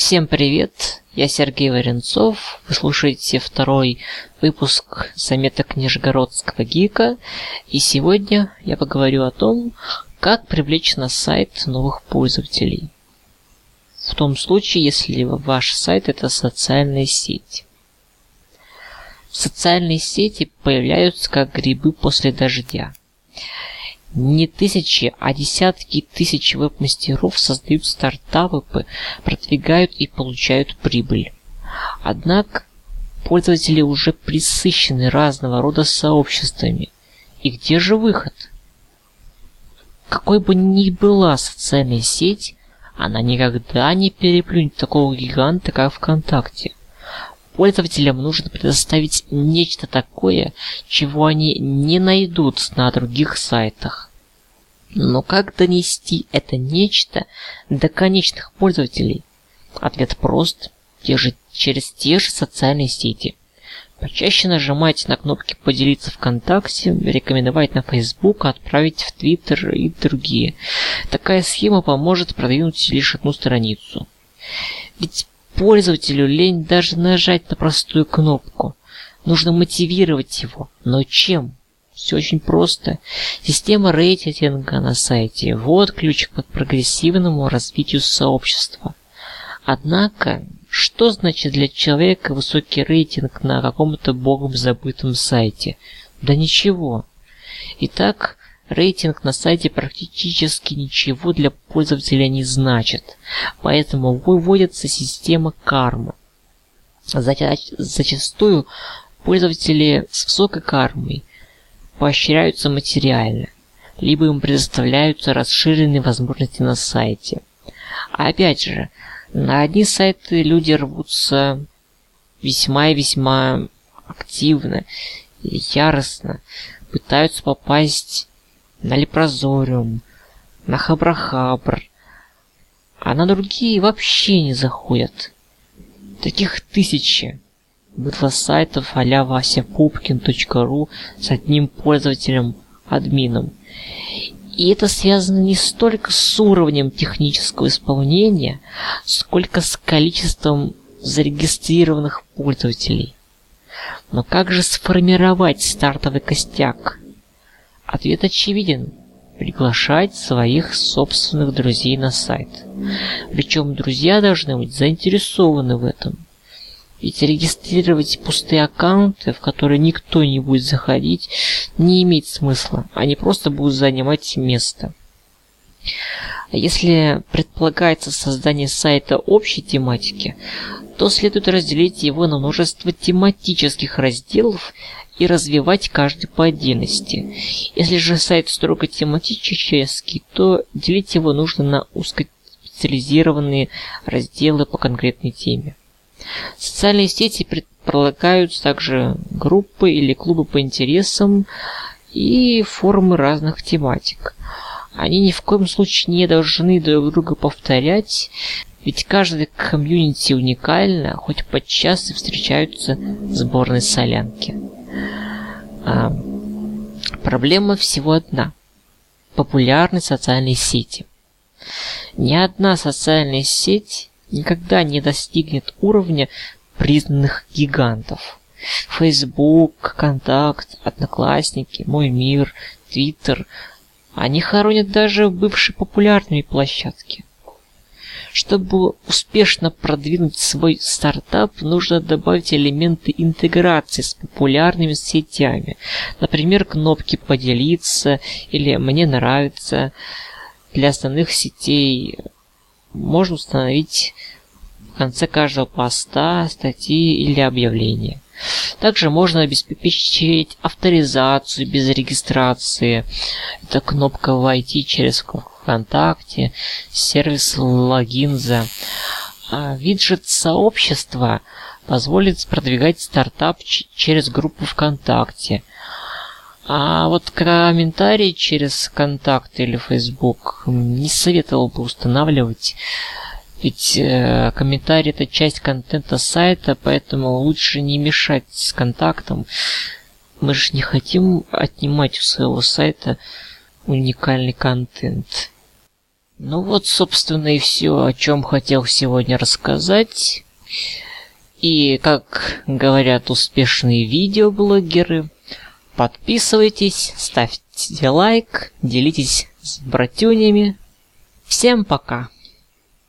Всем привет, я Сергей Варенцов, вы слушаете второй выпуск заметок Нижегородского гика, и сегодня я поговорю о том, как привлечь на сайт новых пользователей. В том случае, если ваш сайт — это социальная сеть. Социальные сети появляются как грибы после дождя. Не тысячи, а десятки тысяч веб-мастеров создают стартапы, продвигают и получают прибыль. Однако пользователи уже пресыщены разного рода сообществами. И где же выход? Какой бы ни была социальная сеть, она никогда не переплюнет такого гиганта, как ВКонтакте. Пользователям нужно предоставить нечто такое, чего они не найдут на других сайтах. Но как донести это нечто до конечных пользователей? Ответ прост: через те же социальные сети. Почаще нажимать на кнопки «Поделиться ВКонтакте», «Рекомендовать на Facebook», «Отправить в Twitter» и другие. Такая схема поможет продвинуть лишь одну страницу. Ведь пользователю лень даже нажать на простую кнопку. Нужно мотивировать его. Но чем? Все очень просто. Система рейтинга на сайте — вот ключ к прогрессивному развитию сообщества. Однако, что значит для человека высокий рейтинг на каком-то богом забытом сайте? Да ничего. Итак, рейтинг на сайте практически ничего для пользователя не значит, поэтому выводится система кармы. Зачастую пользователи с высокой кармой поощряются материально, либо им предоставляются расширенные возможности на сайте. А опять же, на одни сайты люди рвутся весьма и весьма активно и яростно, пытаются попасть на Лепрозориум, на Хабрахабр, а на другие вообще не заходят. Таких тысячи. Было сайтов а-ля vasapupkin.ru с одним пользователем-админом. И это связано не столько с уровнем технического исполнения, сколько с количеством зарегистрированных пользователей. Но как же сформировать стартовый костяк? Ответ очевиден: приглашать своих собственных друзей на сайт. Причем друзья должны быть заинтересованы в этом. Ведь регистрировать пустые аккаунты, в которые никто не будет заходить, не имеет смысла. Они просто будут занимать место. Если предполагается создание сайта общей тематики, то следует разделить его на множество тематических разделов и развивать каждый по отдельности. Если же сайт строго тематический, то делить его нужно на узкоспециализированные разделы по конкретной теме. Социальные сети предполагают также группы или клубы по интересам и форумы разных тематик. Они ни в коем случае не должны друг друга повторять, ведь каждый комьюнити уникально, хоть подчас и встречаются сборные солянки. Проблема всего одна — популярность социальной сети. Ни одна социальная сеть никогда не достигнет уровня признанных гигантов. Facebook, Контакт, Одноклассники, Мой мир, Twitter — они хоронят даже бывшие популярные площадки. Чтобы успешно продвинуть свой стартап, нужно добавить элементы интеграции с популярными сетями. Например, кнопки «Поделиться» или «Мне нравится». Для основных сетей можно установить в конце каждого поста, статьи или объявления. Также можно обеспечить авторизацию без регистрации. Это кнопка «Войти через ВКонтакте», сервис логинза. Виджет сообщества позволит продвигать стартап через группу ВКонтакте. А вот комментарии через Контакт или Facebook не советовал бы устанавливать, ведь комментарий — это часть контента сайта, поэтому лучше не мешать с контактом. Мы же не хотим отнимать у своего сайта уникальный контент. Ну вот, собственно, и все, о чем хотел сегодня рассказать. И, как говорят успешные видеоблогеры, подписывайтесь, ставьте лайк, делитесь с братюнями. Всем пока!